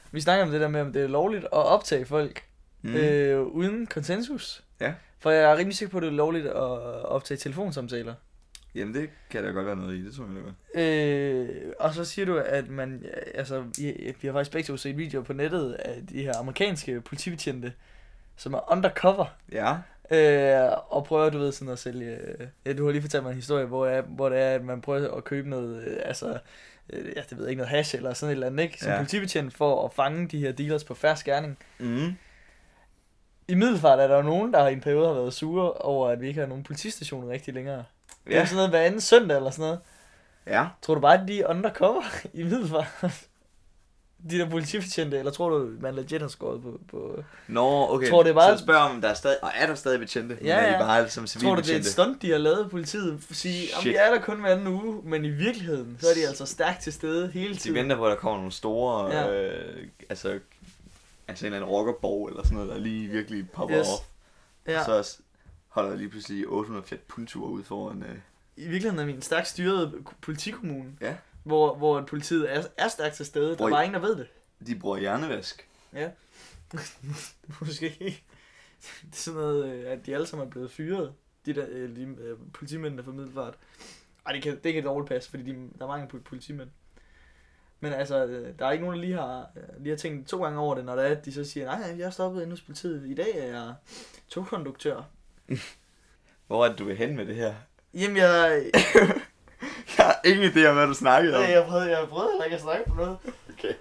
Vi snakker om det der med, om det er lovligt at optage folk uden konsensus. Ja. For jeg er rimelig sikker på, at det er lovligt at optage telefonsamtaler. Jamen det kan der godt være noget i, det tror jeg det var. Og så siger du, at man, altså, vi har faktisk begge to set videoer på nettet af de her amerikanske politibetjente, som er undercover. Ja. Og prøver, du ved, sådan at sælge... du har lige fortalt mig en historie, hvor det er, at man prøver at købe noget, det ved jeg ikke, noget hash eller sådan et eller andet, ikke? Som politibetjent for at fange de her dealers på fersk gerning. Mm. I Middelfart er der jo nogen, der i en periode har været sure over, at vi ikke har nogen politistationer rigtig længere. Det er sådan noget hver anden søndag eller sådan noget. Ja. Tror du bare, at de er undercover i Middelfart? De der politibetjente, eller tror du, man legit har skåret på... Nå, okay. Tror det bare... Så spørger om der er stadig... Og er der stadig betjente? Ja, er de bare som civilbetjente? Tror du, det er et stunt, de har lavet politiet? Sige, om vi er der kun hver anden uge, men i virkeligheden, så er de altså stærkt til stede hele tiden. De venter på, at der kommer nogle store... Altså en eller anden rockerborg eller sådan noget, der lige virkelig popper op. Ja. Og så holder der lige pludselig 800 Fiat Punto ude foran... I virkeligheden er vi en stærkt styret politikommune. Ja. Hvor politiet er stærkt til stede. Der er bare ingen, der ved det. De bruger hjernevask. Ja. Måske. Det er sådan noget, at de alle sammen er blevet fyret. De politimændene fra Middelfart. Ej, det kan dårligt passe, fordi der er mange politimænd. Men altså, der er ikke nogen, der lige har tænkt 2 gange over det, når det er, at de så siger, nej, jeg er stoppet inde hos politiet. I dag er jeg togkonduktør. Hvor er det, du vil hen med det her? Jamen, jeg har ingen idé om, hvad du snakkede om. Jeg prøvede heller ikke at snakke på noget. Okay.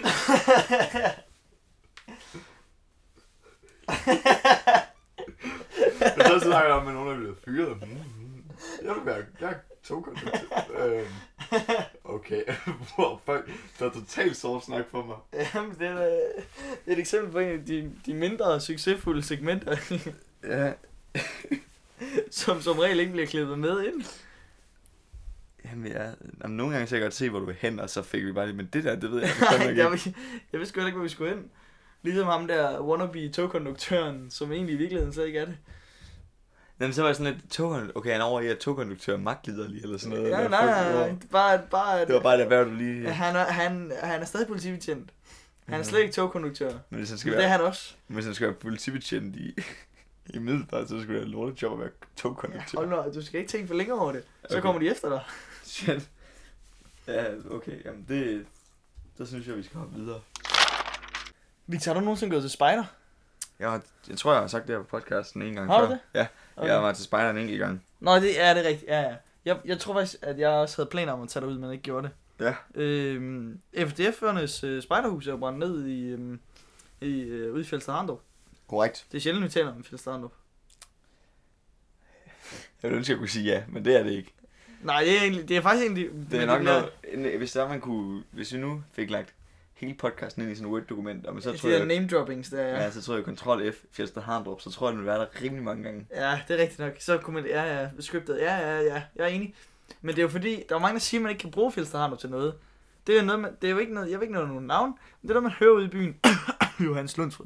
Men så snakker jeg om, at nogen er blevet fyret. Jeg er togkonduktør. Okay. Hvor fuck. Der er totalt sort snak for mig. Jamen, det er et eksempel på en af de mindre succesfulde segmenter. Ja. som regel ikke bliver klippet med ind. Jamen, nogle gange så jeg godt se, hvor du vil hen, og så fik vi bare lige, men det der, det ved jeg ikke. Jeg vidste godt ikke, hvor vi skulle hen. Ligesom ham der wannabe togkonduktøren, som egentlig i virkeligheden så ikke er det. Jamen, så var jeg sådan lidt, okay, han over i at togkonduktør magtliderlig, eller sådan noget. Ja, nej, bare... Det var bare det erhverv, du lige... Han er stadig politibetjent. Han er slet ikke togkonduktør. Men det er han også. Hvis han skal være politibetjent i Middelfart, så skulle det være lortejob at være togkonduktør. Ja, hold nu, du skal ikke tænke for længere over det. Så kommer de efter dig. Shit. Ja, okay. Jamen så synes jeg, vi skal hoppe videre. Victor, har du nogensinde gået til spejder? Jeg tror, jeg har sagt det her på podcasten en gang før. Har du det? Ja, okay. Jeg var til spejder en enkelt gang. Nå, det er rigtigt. Ja. Jeg tror faktisk, at jeg også havde planer om at tage dig ud, men ikke gjorde det. Ja. FDF-førernes spejderhus er jo brændt ned ude i Fjeldsted Harndrup. Korrekt. Det er sjældent, vi taler om Fjeldsted Harndrup. Jeg ville ønske, jeg kunne sige ja, men det er det ikke. Nej, det er faktisk egentlig... Det er nok noget, hvis vi nu fik lagt hele podcasten ind i sådan et Word-dokument, og så tror jeg... Det er name-droppings, der ja. Ja, så tror jeg Ctrl F, Fjeldsted Harndrup, så tror jeg, den vil være der rimelig mange gange. Ja, det er rigtigt nok. Så kunne man... scriptet. Ja, jeg er enig. Men det er jo fordi, der er mange, der siger, at man ikke kan bruge Fjeldsted Harndrup til noget. Det er noget, det er jo ikke noget, jeg ved ikke noget nogen navn, men det er der, man hører ude i byen. Johannes Lundsfred.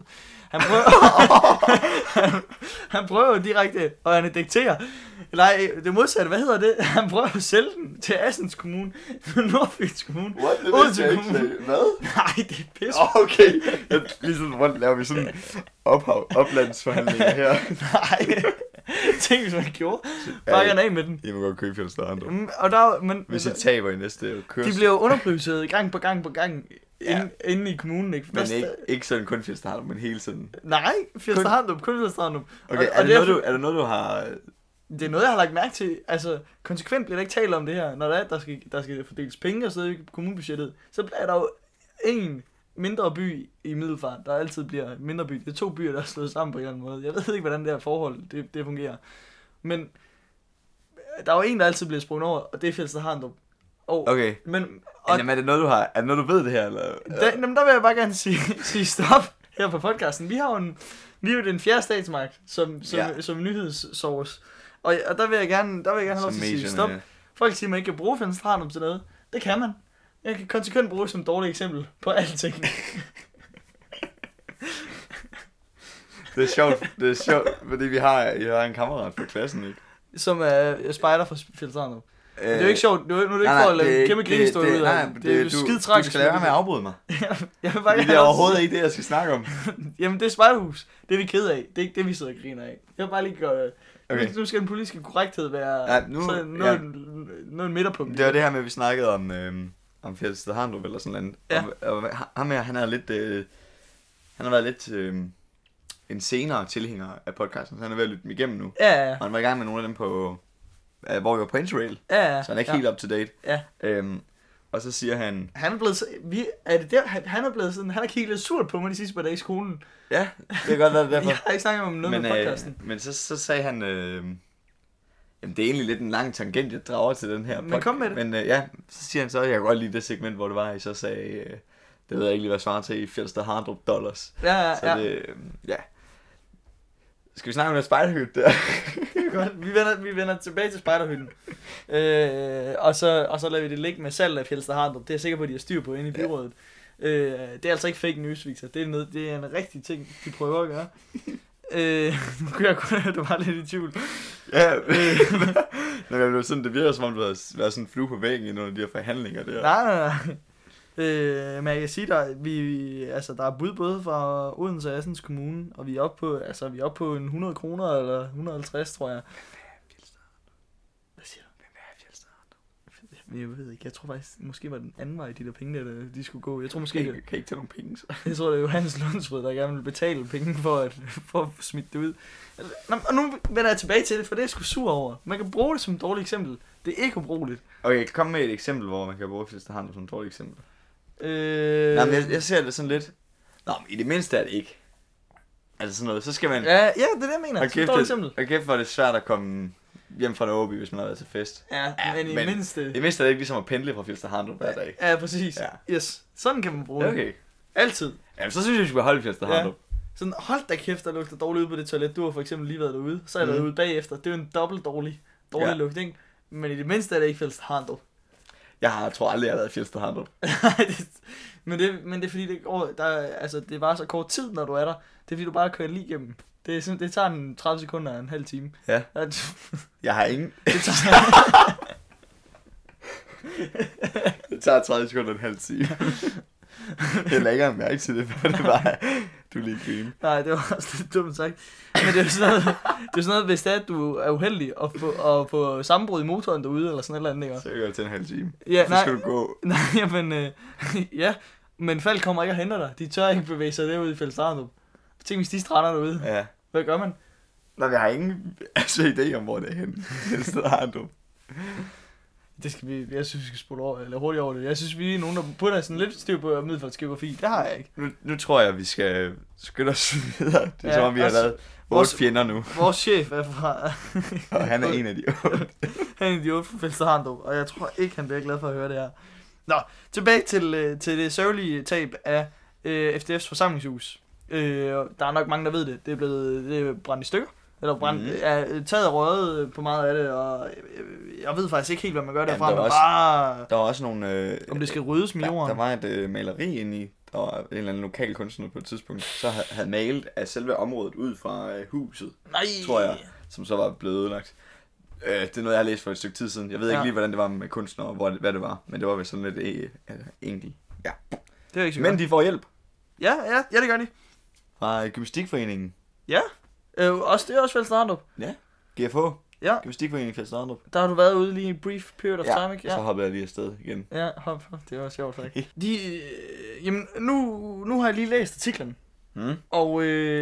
Han prøver jo direkte at anekdiktere. Nej, det modsatte, hvad hedder det? Han prøver at sælge den til Assens Kommune, Nordfyns Kommune. What? Det vidste jeg ikke. Hvad? Nej, det er pisse. Okay. Lige sådan rundt laver vi sådan oplandsforhandlinger her. Nej. Tænk, hvis man gjorde. Bare gerne af med den. Jeg må godt købe Fjeldsted Harndrup. Og der, men, hvis jeg taber i næste kørsel. De bliver jo underprioriteret gang på gang. Inde i kommunen, ikke? Men ikke sådan kun Fjeldsted Harndrup, men hele sådan... Nej, Fjeldsted Harndrup, kun Fjeldsted Harndrup. Okay, er det noget, du har... Det er noget, jeg har lagt mærke til. Altså, konsekvent bliver der ikke talt om det her. Når der skal fordeles penge og så i kommunebudgettet, så bliver der jo en mindre by i Middelfart, der altid bliver mindre by. Det er 2 byer, der er slået sammen på en eller anden måde. Jeg ved ikke, hvordan det her forhold det fungerer. Men der er jo en, der altid bliver sprunget over, og det er Fjeldsted Harndrup. Okay. Men er det noget, du har? Er det noget, du ved det her? Eller? Der vil jeg bare gerne sige stop her på podcasten. Vi har jo den 4. statsmagt som nyhedssource. Og der vil jeg gerne have lov til at sige stop. Folk siger, at man ikke kan bruge Fjeldsted Harndrup til noget. Det kan man. Jeg kan konsekvent bruge som et dårligt eksempel på alting. Det er sjovt, fordi jeg har en kammerat fra klassen, ikke? Som er spejder fra Fjeldsted Harndrup. Det er jo ikke sjovt. Nu er det ikke for at lade en kæmpe grinestål ud af. Det er jo skide tragisk. Du skal lade være med at afbryde mig. Jeg vil bare det er overhovedet ikke det, jeg skal snakke om. Jamen, det er spejderhus. Det er vi ked af. Det er ikke det, vi sidder og griner af. Jeg vil bare lige gøre... Okay. Nu skal den politiske korrekthed være noget midterpunkt. Det var det her med, at vi snakkede om Fjeldsted Harndrup eller sådan noget. Ja. Og ham her, han er lidt... han har været lidt en senere tilhænger af podcasten, så han er ved at lytte dem igennem nu. Ja. Og han var i gang med nogle af dem på... hvor vi var på Interrail. Ja. Så han er ikke helt up to date. Ja. Og så siger han... Han er blevet... Han er blevet sådan... Han har kigget lidt surt på mig de sidste par dage i skolen. Ja, det kan godt være det derfor. Jeg har ikke snakket om noget med podcasten. Men så sagde han... jamen, det er egentlig lidt en lang tangent, jeg drager til den her podcast. Men kom med det. Men så siger han så, jeg kan godt lide det segment, hvor det var, I så sagde... det ved jeg ikke lige, hvad svarer til i Fjeldsted Harndrup $. Ja. Så det... Skal vi snakke om det spejderhytte der? Det er godt. Vi vender tilbage til spejderhytten. Og så lader vi det ligge med salg af Fjeldsted Harndrup. Det er jeg sikker på, at de har styr på inde i byrådet. Det er altså ikke fake news, Victor. Det er en rigtig ting, de prøver at gøre. Nu kunne jeg kun høre, du var lidt i tvivl. Ja, det virker som om, du havde været sådan en flue på væggen i nogle af de her forhandlinger der. Nej. Men jeg kan sige, der er bud både fra Odense og Assens Kommune, og vi er oppe på en 100 kroner eller 150, tror jeg. Hvad siger du? Hvem er Fjeldsted? Jeg ved ikke, jeg tror faktisk, måske var den anden vej, de der penge, der de skulle gå. Jeg tror måske... Kan ikke tage nogle penge, så. Jeg tror, det er Johannes Lundsfred, der gerne vil betale penge for at smide det ud. Og nu vender jeg tilbage til det, for det er jeg sgu sur over. Man kan bruge det som et dårligt eksempel. Det er ikke ubrugeligt. Okay, kom med et eksempel, hvor man kan bruge Fjeldsted Harndrup som et dårligt eksempel. Nej, men jeg ser det sådan lidt... Nå, men i det mindste er det ikke. Altså sådan noget, så skal man... Ja, det er det, jeg mener. Og kæft, hvor er det svært at komme hjem fra Åby, hvis man har været til fest. Ja, men i det mindste... Det mindste er det ikke ligesom at pendle fra Fjeldsted Harndrup hver dag. Ja, præcis. Ja. Yes, sådan kan man bruge det. Okay. Altid. Jamen, så synes jeg, vi skal beholde Fjeldsted Harndrup. Sådan, hold da kæft, der lugter dårligt ude på det toilet. Du har for eksempel lige været derude. Så er jeg været ude bagefter. Det er jo en dobbelt dårlig lugt, ikke? Men i det mindste er det ikke Fjeldsted Harndrup. Jeg tror aldrig, jeg har været i Fjeldsted Harndrup. men det er fordi, det var så kort tid, når du er der. Det er fordi, du bare kører lige igennem. Det tager en 30 sekunder og en halv time. Ja. Jeg har ingen... Det tager 30 sekunder og en halv time. Jeg lagde ikke mærke til det, for det var... Du lige grine. Nej, det var også lidt dumt sagt. Men det er jo sådan noget, hvis det er, at du er uheldig at få sammenbrud i motoren derude, eller sådan et eller andet, ikke? Så jeg gør det til en halv time. Ja, så skal du gå. Nej, jamen... ja, men Falk kommer ikke og henter dig. De tør ikke bevæge sig derude i Fjeldsted Harndrup. Tænk, hvis de strander derude. Ja. Hvad gør man? Nej, jeg har ingen idé om, hvor det er henne. Fjeldsted Harndrup. Det skal jeg synes, vi skal spole over, eller hurtigt over det. Jeg synes, vi er nogen, der putter sådan lidt styr på middelfartsgeografi. Det har jeg ikke. Nu tror jeg, vi skal skynde os videre. Det er som om, vi har lavet vores fjender nu. Vores chef er fra... og han er en af de 8. Han er en af de 8 fra Fjeldsted Harndrup, og jeg tror ikke, han bliver glad for at høre det her. Nå, tilbage til det sørgelige tab af FDF's forsamlingshus. Der er nok mange, der ved det. Det er brændt i stykker. Eller taget og røget på meget af det, og jeg ved faktisk ikke helt, hvad man gør derfra. Der var også nogle... om det skal ryddes med jorden. Der var et maleri inde i, der var en eller anden lokal kunstner på et tidspunkt, så havde malet af selve området ud fra huset, tror jeg, som så var blevet ødelagt. Det er noget, jeg har læst for et stykke tid siden. Jeg ved ikke lige, hvordan det var med kunstner, og hvad det var, men det var vist sådan lidt egentlig. Ja. Det er ikke så men godt. De får hjælp. Ja, det gør de. Fra Gymnastikforeningen. Ja. Det er også Fjeldsted Harndrup. Ja, GFH. Ja. Gymnastikforeningen Fjeldsted Harndrup. Der har du været ude lige i brief period of time, ikke? Ja, så hoppede jeg lige afsted igen. Ja, det var sjovt faktisk. Jamen, nu har jeg lige læst artiklen. Og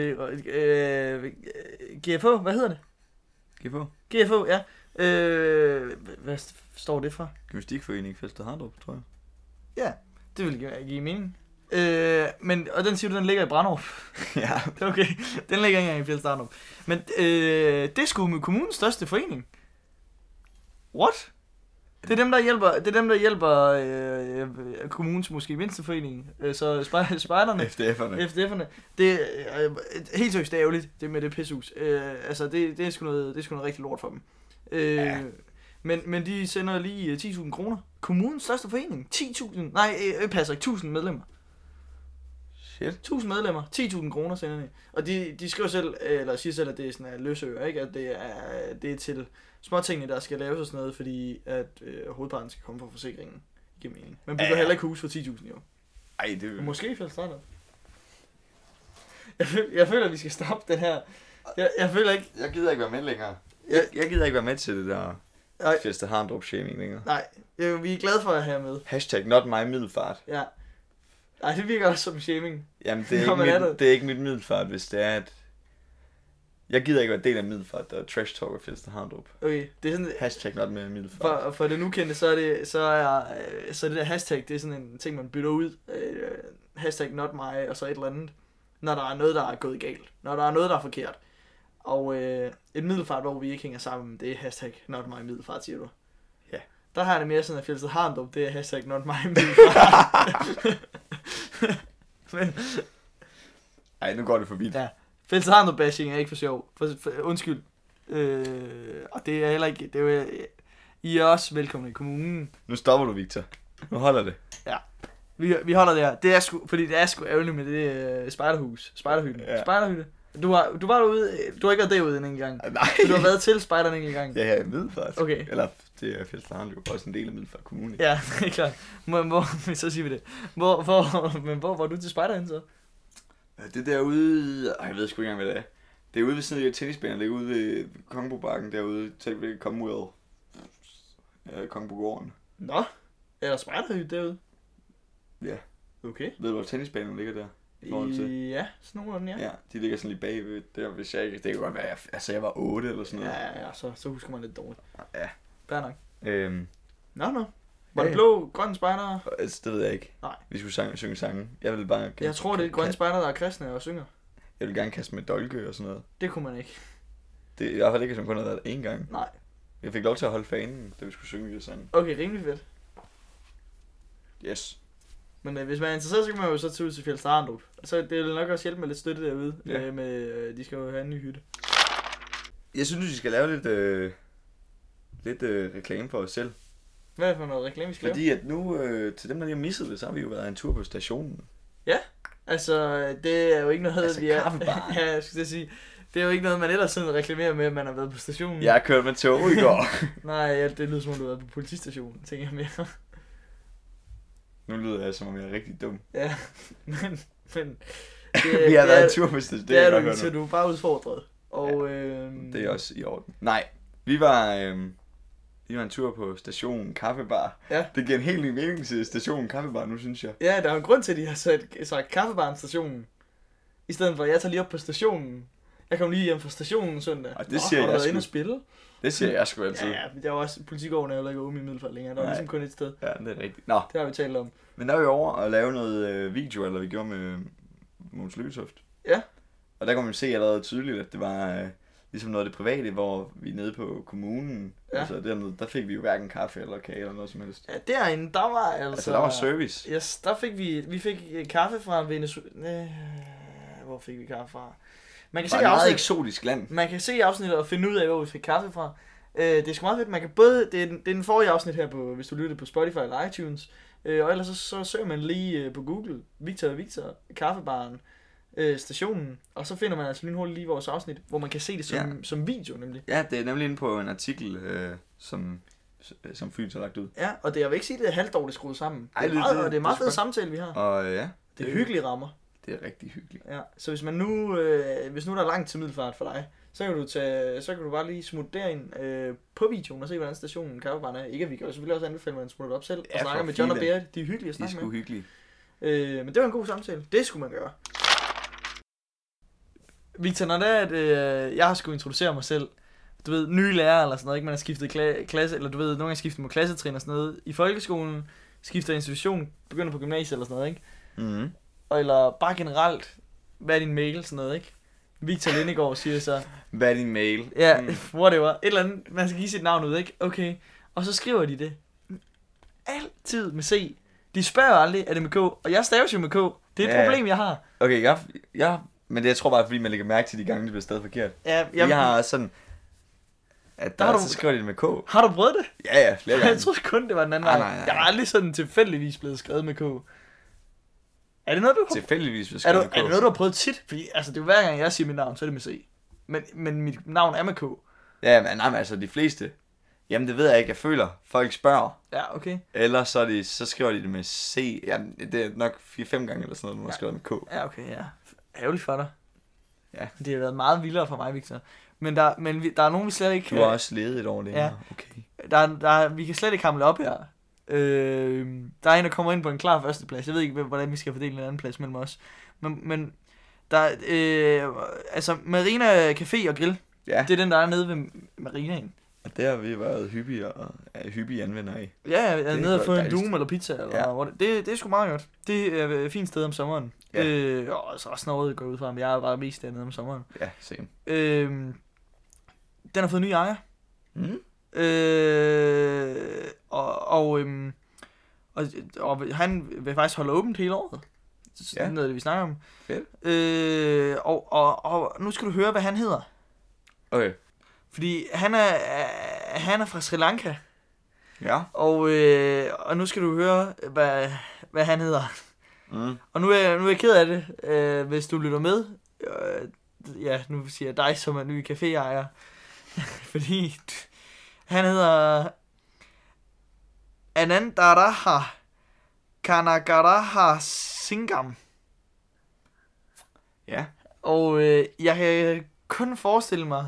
GFH, hvad hedder det? GFH, ja. Hvad står det for? Gymnastikforeningen Fjeldsted Harndrup, tror jeg. Ja, det vil give mening. Og den siger du, den ligger i Brandrup. Ja. Okay, den ligger ikke engang i Fjeldsted Harndrup. Men det er sgu med kommunens største forening. What? Det er dem, der hjælper kommunens måske mindste forening. Så spejderne. FDF'erne. Det er helt seriøst ærgerligt, det med det pishus. Det er sgu noget rigtig lort for dem. Ja. Men de sender lige 10.000 kroner. Kommunens største forening. 1.000 medlemmer. Shit. 1.000 medlemmer. 10.000 kroner sender de. Og de skriver selv, eller siger selv, at det er sådan en løsøre, ikke? At det er til små tingene, der skal laves og sådan noget, fordi at hovedparten skal komme fra forsikringen. Giver mening. Man bygger heller ikke hus for 10.000 jo. Ej, det er måske fælles starter. Jeg føler, at vi skal stoppe den her. Jeg føler ikke... Jeg gider ikke være med længere. Jeg gider ikke være med til det der Fjester Harndrup shaming længere. Nej, vi er glade for at have med. Hashtag not my middelfart. Ja. Nej, det virker også som shaming. Jamen, det er ikke mit middelfart, hvis det er, at... Jeg gider ikke være del af middelfart, der er trash talk af Fjester Harndrup. Okay, det er sådan... Hashtag not my middelfart. For det nu kendte, så er det der hashtag, det er sådan en ting, man bytter ud. Hashtag not my, og så et eller andet. Når der er noget, der er gået galt. Når der er noget, der er forkert. Og et middelfart, hvor vi ikke hænger sammen, det er hashtag not my middelfart, siger du. Ja. Der har det mere sådan, at Fjester Harndrup, det er hashtag not my middelfart. Men... Ej, nu går det forbi. Ja. Fjester Harndrup bashing er ikke for sjov. Undskyld. Og det er heller ikke... Det er jo, I er også velkomne i kommunen. Nu stopper du, Victor. Nu holder det. Ja. Vi holder det her. Det er sgu, fordi det er sgu ærgerligt med det spejderhus. Spejderhytten. Ja. Spejderhytte. Du var derude. Du har ikke været derude en gang. Nej. Du har været til spejderen en gang. Ja, i Middelfart. Okay. Eller det er Fjester Harndrup, også en del af Middelfart Kommune. Ja, det er klart. Så siger vi det. Hvor var du til spejderen så? Det derude... jeg ved sgu ikke engang, hvad det er. Det er ude ved sådan en tennisbanen. Det er ude ved Kongebobakken derude. Tæt ved Commonwealth. Kongebogården. Nå, er der spejderhytte derude? Ja. Okay. Ved du, hvor tennisbanen ligger der? Ja, sådan nogle af dem, ja. Ja, de ligger sådan lige bagved der, hvis jeg ikke... Det kan godt være, jeg var 8 eller sådan noget. Ja, så husker man lidt dårligt. Ja. Fair nok. Nå. Var det blå, grønne spejdere? Altså, det ved jeg ikke. Nej. Vi skulle synge sange. Jeg ville bare... Jeg tror, det er grønne spejdere, der er kristne og synger. Jeg ville gerne kaste med dolke og sådan noget. Det kunne man ikke. Det er i hvert fald ikke, som kun har været én gang. Nej. Jeg fik lov til at holde fanen, da vi skulle synge det sange. Okay, rimelig fedt. Yes. Men hvis man er interesseret, så kan man jo så tage ud til Fjester Harndrup. Så det vil nok også hjælpe med lidt støtte derude. Ja. De skal jo have en ny hytte. Jeg synes, vi skal lave lidt reklame for os selv. Hvad er det for noget reklame, vi skal lave? Fordi at nu, til dem, der lige har misset det, så har vi jo været en tur på stationen. Ja, altså det er jo ikke noget, vi er... Kaffebaren. Ja, jeg skulle sige. Det er jo ikke noget, man ellers sådan reklamerer med, at man har været på stationen. Jeg har kørt med tog i går. Nej, ja, det lyder som om du har været på politistationen, tænker jeg mere. Nu lyder jeg som om jeg er rigtig dum. Ja, men Vi har været en tur på stationen. Det er du, så du er bare udfordret. Og, det er også i orden. Nej, vi var en tur på stationen Kaffebar. Ja. Det giver en helt ny mening til stationen Kaffebar nu, synes jeg. Ja, der er en grund til, at de har sagt Kaffebaren stationen. I stedet for, at jeg tager lige op på stationen. Jeg kom lige hjem fra stationen søndag. Og det siger jeg har du været sgu. inde og spille? Det siger jeg sgu altid. Ja, der var også Politigården, er jo ikke åben i Middelfart længere. Der var ligesom kun et sted. Ja, det er rigtigt. Nå. Det har vi talt om. Men der var vi over at lave noget video, eller vi gjorde med Mogens Lykketoft. Ja. Og der kunne man se allerede tydeligt, at det var ligesom noget af det private, hvor vi er nede på kommunen. Ja. Altså dernede, der fik vi jo hverken kaffe eller kage eller noget som helst. Ja, derinde, der var altså... der var service. Yes, der fik vi fik kaffe fra Venezuela. Hvor fik vi kaffe fra? Man kan se meget eksotisk land. Man kan se afsnittet og finde ud af, hvor vi fik kaffe fra. Det er sgu meget fedt. Man kan både... Det er den forrige afsnit her, på, hvis du lytter på Spotify eller iTunes. Og ellers så søger man lige på Google Victor, kaffebaren, stationen. Og så finder man altså lynhurtigt lige vores afsnit, hvor man kan se det som video nemlig. Ja, det er nemlig inde på en artikel, som Fyns har lagt ud. Ja, og det, jeg vil ikke sige, det er halvdårligt skruet sammen. Ej, det er meget fed samtale, vi har. Og ja. Det er hyggelige rammer. Det er rigtig hyggeligt. Ja, så hvis man nu, hvis nu der er langt til Middelfart for dig, så kan du bare lige smutte derind på videoen og se, hvordan stationen Kaffebaren er. Ikke at vi kan jo selvfølgelig også anbefale, at man smutter op selv og snakker med John og Berit. De er hyggelige at snakke med. De er sgu hyggelige. Men det var en god samtale. Det skulle man gøre. Victor, når det er, at jeg har skulle introducere mig selv, du ved, nye lærer eller sådan noget, ikke? Man har skiftet klasse, eller du ved, nogle gange skiftet mod klassetrin og sådan noget. I folkeskolen, skifter institution, begynder på gymnasiet eller sådan noget, ikke? Mhm. Eller bare generelt, hvad er din mail, sådan noget, ikke? Victor Lindegaard siger så... Hvad er din mail? Ja, whatever. Et eller andet, man skal give sit navn ud, ikke? Okay. Og så skriver de det. Altid med C. De spørger aldrig, er det med K? Og jeg staves jo med K. Det er et problem, jeg har. Okay, men det jeg tror bare, fordi man lægger mærke til de gange, det bliver stadig forkert. Ja, jeg har sådan... At der så skriver de det med K. Har du prøvet det? Ja, flere gange. Jeg troede kun, det var den anden vej. Nej. Jeg har aldrig sådan tilfældigvis blevet skrevet med K. Er det noget, du har... Tilfældigvis blevet skrevet med K. Er det noget, du har prøvet tit? Fordi altså, det er jo hver gang, jeg siger mit navn, så er det med C. Men mit navn er med K. Ja, men nej, men altså de fleste. Jamen det ved jeg ikke, jeg føler, folk spørger. Ja, okay. Eller så skriver de det med C. Jamen det er nok 4-5 gange eller sådan noget, når man skriver med K. Ja, okay, ja. Ærgerligt for dig. Ja. Det har været meget vildere for mig, Victor. Men der er nogen, vi slet ikke... Du har også ledet et år det her. Okay. Vi kan slet ikke hamle op her. Der er en, der kommer ind på en klar førsteplads. Jeg ved ikke, hvordan vi skal fordele en anden plads mellem os. Men der altså Marina Café og Grill. Ja. Det er den, der er nede ved Marinaen. Og der har vi været hyppige anvendere af. Ja, jeg er nede og få en dejligt. doom eller pizza. Eller det er sgu meget godt. Det er et fint sted om sommeren. Ja. Og så også noget går ud fra, men jeg er bare mest dernede om sommeren. Ja, same. Den har fået ny ejer. Og han vil faktisk holde åbent hele året. Det er noget, det vi snakker om. Fedt. Og nu skal du høre, hvad han hedder. Okay. Fordi han er fra Sri Lanka. Ja. Og nu skal du høre, hvad han hedder. Og nu er jeg ked af det, hvis du lytter med. Nu siger jeg dig, som er ny caféejer. Fordi han hedder Anandaraha Kanagaraha Singam. Ja. Og jeg kan kun forestille mig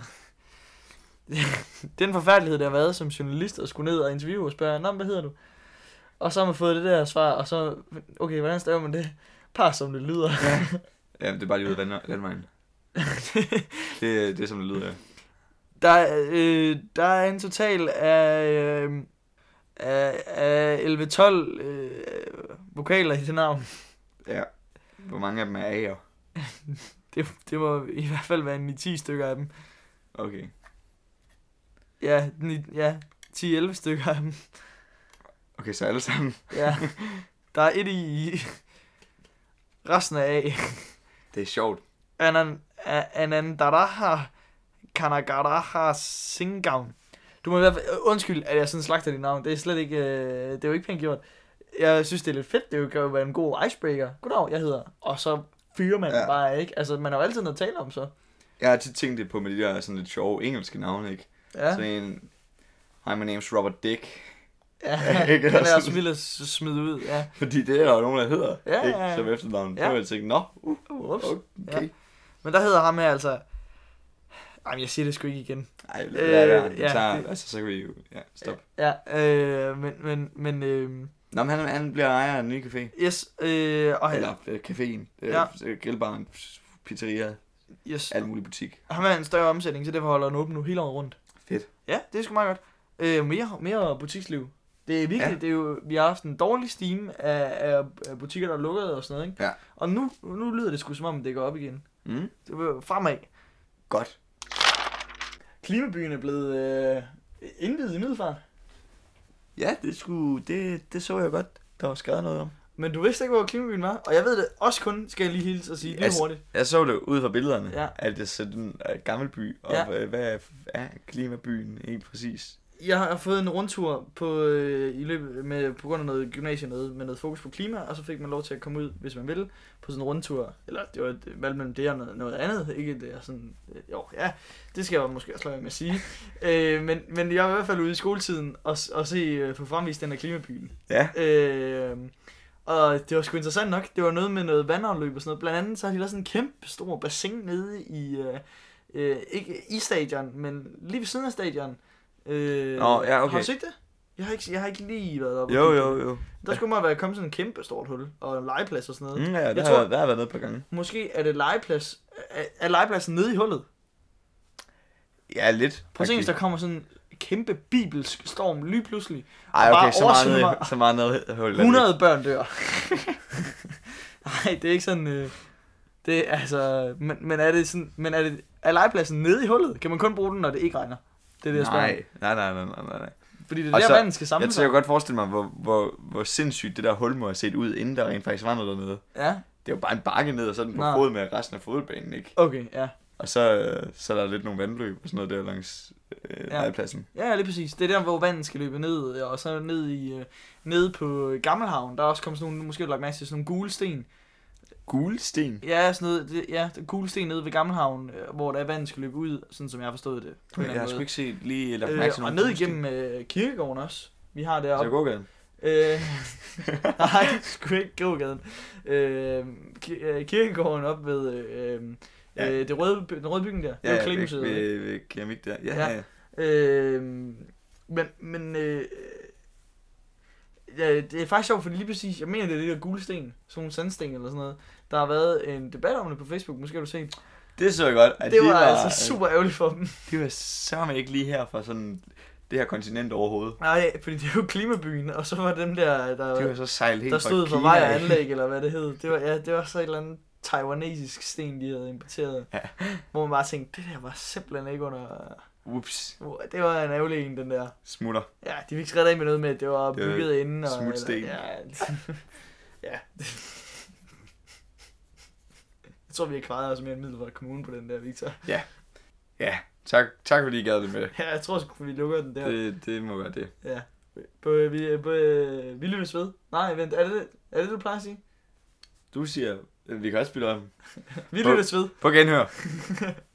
den forfærdelighed, der har været som journalist og skulle ned og interviewe og spørge, nå, hvad hedder du? Og så har man fået det der svar, og så, okay, hvordan staver man det? Par som det lyder. Ja, det er bare lige ud af landvejen. det er som det lyder, ja. Der er en total af 11-12 vokaler i det navn. Ja. Hvor mange af dem er A'er? Det må i hvert fald være 10 stykker af dem. Okay. Ja, 10-11 stykker af dem. Okay, så alle sammen. Ja, der er et i resten af A. Det er sjovt. Anandaraha Kanagaraha Singam. Du må i hvert fald undskyld, at jeg sådan slagter dit navn. Det er slet ikke, det er jo ikke pænt gjort. Jeg synes, det er lidt fedt. Det kan jo være en god icebreaker. Goddag, jeg hedder. Og så fyrer man bare, ikke? Altså, man har jo altid noget at tale om, så. Jeg har tit tænkt det på med de der sådan lidt sjove engelske navne, ikke? Ja. Sådan en, hi, my name's Robert Dick. Ja, ikke? Den er også vild at smide ud, ja. Fordi det er der jo nogen, der hedder, ikke? Ja. Som efternavn. Ja. Så jeg tænkte, nå, Ups. okay. Ja. Men der hedder ham her altså... Ej, jeg siger det sgu ikke igen. Ej, lad være. ja, Altså, så kan vi jo... Ja, stop. Ja, men Nå, men han bliver ejer af en ny café. yes, og Eller caféen. Grillbaren, pizzeria, yes. alt mulig butik. Han har en større omsætning, så derfor holder han åben nu hele året rundt. Fedt. Ja, det er sgu meget godt. Mere butiksliv. Det er virkelig, det er jo, vi har haft en dårlig stime af butikker, der er lukket og sådan noget, ikke? Ja. Og nu lyder det sgu som om, det går op igen. Det var fremad. Godt. Klimabyen er blevet indviet i Middelfart. Ja, det så jeg godt, der var skrevet noget om. Men du vidste ikke, hvor Klimabyen var? Og jeg ved det også kun, skal jeg lige hilse og sige, lige hurtigt. Jeg så det ud fra billederne, Ja. at det er sådan en gammel by, og hvad er Klimabyen helt præcis? Jeg har fået en rundtur på grund af noget gymnasie med noget fokus på klima, og så fik man lov til at komme ud, hvis man ville, på sådan en rundtur. Eller det var et valg mellem det og noget andet, ikke? Det er sådan, det skal jeg måske også lade med at sige. Men jeg var i hvert fald ude i skoletiden og se få fremvist den her klimabyen. Ja. Og det var sgu interessant nok. Det var noget med noget vandafløb og sådan noget. Blandt andet så har de lavet sådan en kæmpe stor bassin nede i, ikke i stadion, men lige ved siden af stadion. Okay. Har du set det? Jeg har ikke lige været oppe. Jo. Der skulle være kommet sådan en kæmpe stort hul og en legeplads og sådan noget. Ja, der har været nede et par gange. Måske er det legeplads. Er legepladsen nede i hullet? Ja, lidt. Prøv at se, hvis der kommer sådan en kæmpe bibelsk storm lige pludselig. Ej, okay, så meget nede 100 børn dør. Nej, det er ikke sådan. Det er altså. Men er det sådan? Er legepladsen nede i hullet? Kan man kun bruge den, når det ikke regner? Det er det, jeg spørger. Nej. Fordi det er der, vandet skal samle sig. Jeg kan godt forestille mig, hvor sindssygt det der hul må have set ud, inden der rent faktisk var noget dernede. Ja. Det er jo bare en bakke ned og sådan på fod med resten af fodbanen, ikke? Okay, ja. Og så er der lidt nogle vandløb og sådan noget der langs legepladsen. Ja, lige præcis. Det er der, hvor vandet skal løbe ned, og så nede på Gammelhavn, der er også kommet sådan nogle, måske lagt mærke til sådan nogle gule sten. Gule sten? Ja, sådan noget, den gule sten nede ved Gammelhavn, hvor der vandet skal løbe ud, sådan som jeg har forstået det. Jeg har sgu ikke set lige lagt mærke til og nogen ned igennem kirkegården også. Vi har Så deroppe. gågaden? Nej, sgu ikke gågaden. Kirkegården op ved den røde bygning der. Det var Klæmuseet. Ved keramik der. Ja. Det er faktisk sjovt, fordi lige præcis, jeg mener det er det der gule sten, sådan nogle sandsten eller sådan noget. Der har været en debat om det på Facebook, måske har du set. Det så jeg godt. At det var altså super ærgerligt for dem. Det var sørme ikke lige her fra sådan det her kontinent overhovedet. Nej, fordi det er jo klimabyen, og så var dem der det var så sejlet helt der stod for vej og anlæg, eller hvad det hed. Det var så et eller andet taiwanesisk sten, de havde importeret. Ja. Hvor man bare tænkte, det der var simpelthen ikke under... Ups. Det var en ærgerlig en, den der. Smutter. Ja, de fik skrevet af med noget med, at det var bygget inden. Smut sten. Ja. Jeg tror, vi har kvaret os mere end Middelfart Kommune på den der, Victor. Ja. Tak fordi I gad det med. Ja, jeg tror sgu, vi lukker den der. Det må være det. Ja. Vi lyttes ved. Nej, vent, er det du plejer at sige? Du siger, vi kan også spille om. Vi lyttes ved. På genhør.